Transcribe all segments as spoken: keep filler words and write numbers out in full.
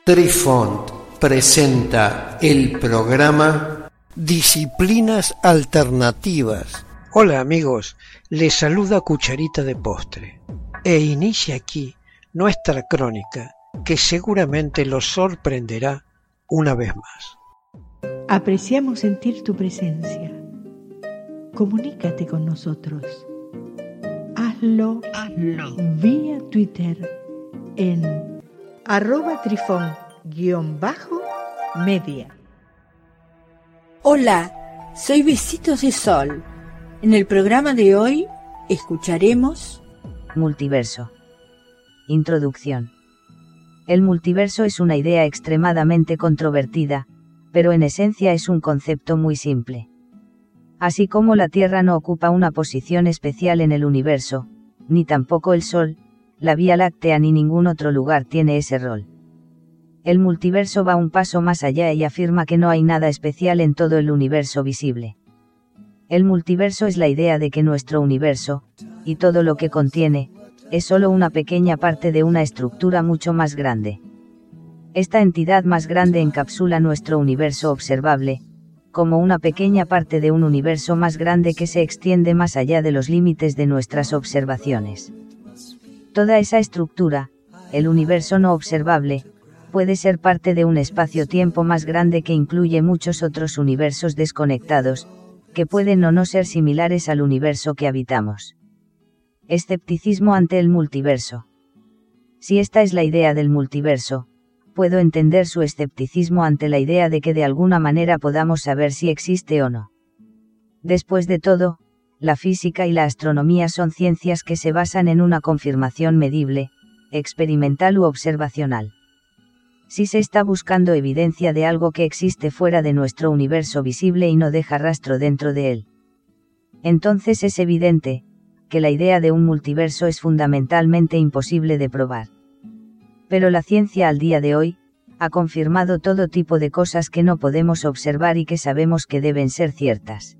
Trifont presenta el programa Disciplinas Alternativas. Hola amigos, les saluda Cucharita de Postre e inicia aquí nuestra crónica que seguramente los sorprenderá una vez más. Apreciamos sentir tu presencia. Comunícate con nosotros. Hazlo, Hazlo. vía Twitter en arroba trifón guión bajo media. Hola, soy Besitos de Sol. En el programa de hoy escucharemos Multiverso. Introducción. El multiverso es una idea extremadamente controvertida, pero en esencia es un concepto muy simple. Así como la Tierra no ocupa una posición especial en el universo, ni tampoco el Sol, la Vía Láctea ni ningún otro lugar tiene ese rol. El multiverso va un paso más allá y afirma que no hay nada especial en todo el universo visible. El multiverso es la idea de que nuestro universo, y todo lo que contiene, es solo una pequeña parte de una estructura mucho más grande. Esta entidad más grande encapsula nuestro universo observable, como una pequeña parte de un universo más grande que se extiende más allá de los límites de nuestras observaciones. Toda esa estructura, el universo no observable, puede ser parte de un espacio-tiempo más grande que incluye muchos otros universos desconectados, que pueden o no ser similares al universo que habitamos. Escepticismo ante el multiverso. Si esta es la idea del multiverso, puedo entender su escepticismo ante la idea de que de alguna manera podamos saber si existe o no. Después de todo, la física y la astronomía son ciencias que se basan en una confirmación medible, experimental u observacional. Si se está buscando evidencia de algo que existe fuera de nuestro universo visible y no deja rastro dentro de él, entonces es evidente que la idea de un multiverso es fundamentalmente imposible de probar. Pero la ciencia al día de hoy ha confirmado todo tipo de cosas que no podemos observar y que sabemos que deben ser ciertas.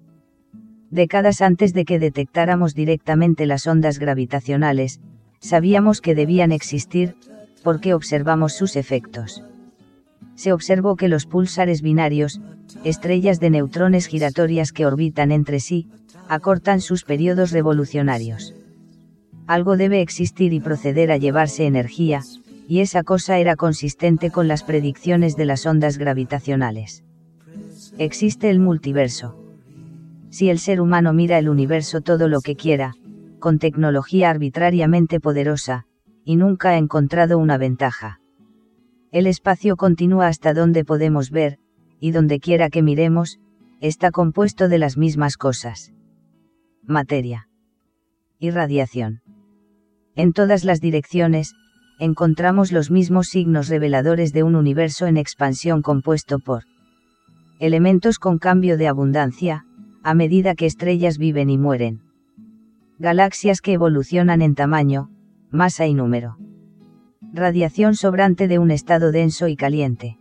Décadas antes de que detectáramos directamente las ondas gravitacionales, sabíamos que debían existir, porque observamos sus efectos. Se observó que los púlsares binarios, estrellas de neutrones giratorias que orbitan entre sí, acortan sus periodos revolucionarios. Algo debe existir y proceder a llevarse energía, y esa cosa era consistente con las predicciones de las ondas gravitacionales. Existe el multiverso. Si el ser humano mira el universo todo lo que quiera, con tecnología arbitrariamente poderosa, y nunca ha encontrado una ventaja. El espacio continúa hasta donde podemos ver, y donde quiera que miremos, está compuesto de las mismas cosas. Materia y radiación. En todas las direcciones, encontramos los mismos signos reveladores de un universo en expansión compuesto por elementos con cambio de abundancia, a medida que estrellas viven y mueren. Galaxias que evolucionan en tamaño, masa y número. Radiación sobrante de un estado denso y caliente.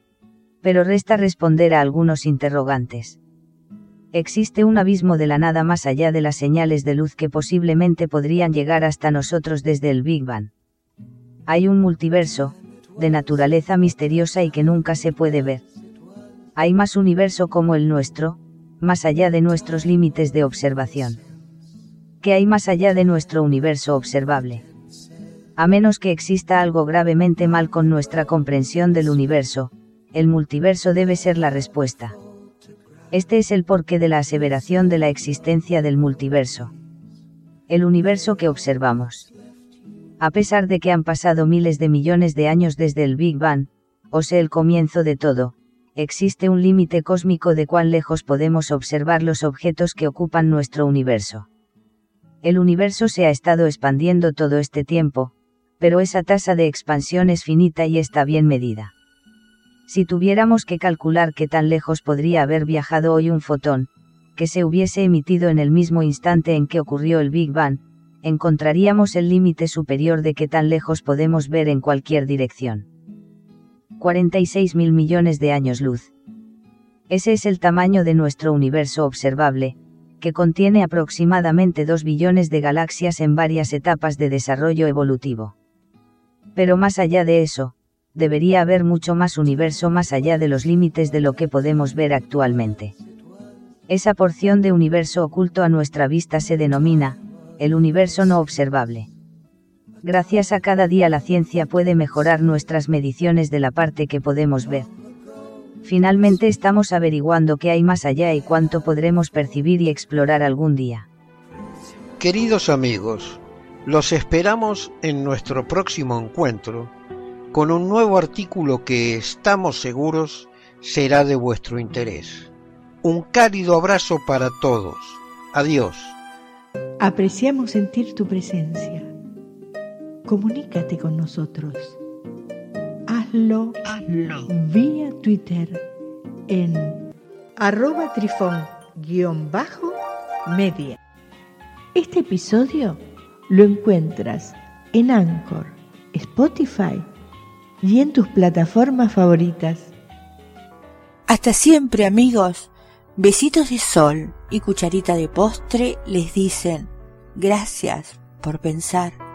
Pero resta responder a algunos interrogantes. Existe un abismo de la nada más allá de las señales de luz que posiblemente podrían llegar hasta nosotros desde el Big Bang. Hay un multiverso, de naturaleza misteriosa y que nunca se puede ver. Hay más universo como el nuestro, más allá de nuestros límites de observación. ¿Qué hay más allá de nuestro universo observable? A menos que exista algo gravemente mal con nuestra comprensión del universo, el multiverso debe ser la respuesta. Este es el porqué de la aseveración de la existencia del multiverso. El universo que observamos. A pesar de que han pasado miles de millones de años desde el Big Bang, o sea el comienzo de todo, existe un límite cósmico de cuán lejos podemos observar los objetos que ocupan nuestro universo. El universo se ha estado expandiendo todo este tiempo, pero esa tasa de expansión es finita y está bien medida. Si tuviéramos que calcular qué tan lejos podría haber viajado hoy un fotón, que se hubiese emitido en el mismo instante en que ocurrió el Big Bang, encontraríamos el límite superior de qué tan lejos podemos ver en cualquier dirección. cuarenta y seis mil millones de años luz. Ese es el tamaño de nuestro universo observable, que contiene aproximadamente dos billones de galaxias en varias etapas de desarrollo evolutivo. Pero más allá de eso, debería haber mucho más universo más allá de los límites de lo que podemos ver actualmente. Esa porción de universo oculto a nuestra vista se denomina, el universo no observable. Gracias a cada día la ciencia puede mejorar nuestras mediciones de la parte que podemos ver. Finalmente estamos averiguando qué hay más allá y cuánto podremos percibir y explorar algún día. Queridos amigos, los esperamos en nuestro próximo encuentro con un nuevo artículo que estamos seguros será de vuestro interés. Un cálido abrazo para todos. Adiós. Apreciamos sentir tu presencia. Comunícate con nosotros. Hazlo, Hazlo. vía Twitter en arroba trifón guión bajo media. Este episodio lo encuentras en Anchor, Spotify y en tus plataformas favoritas. Hasta siempre, amigos. Besitos de sol y cucharita de postre les dicen gracias por pensar.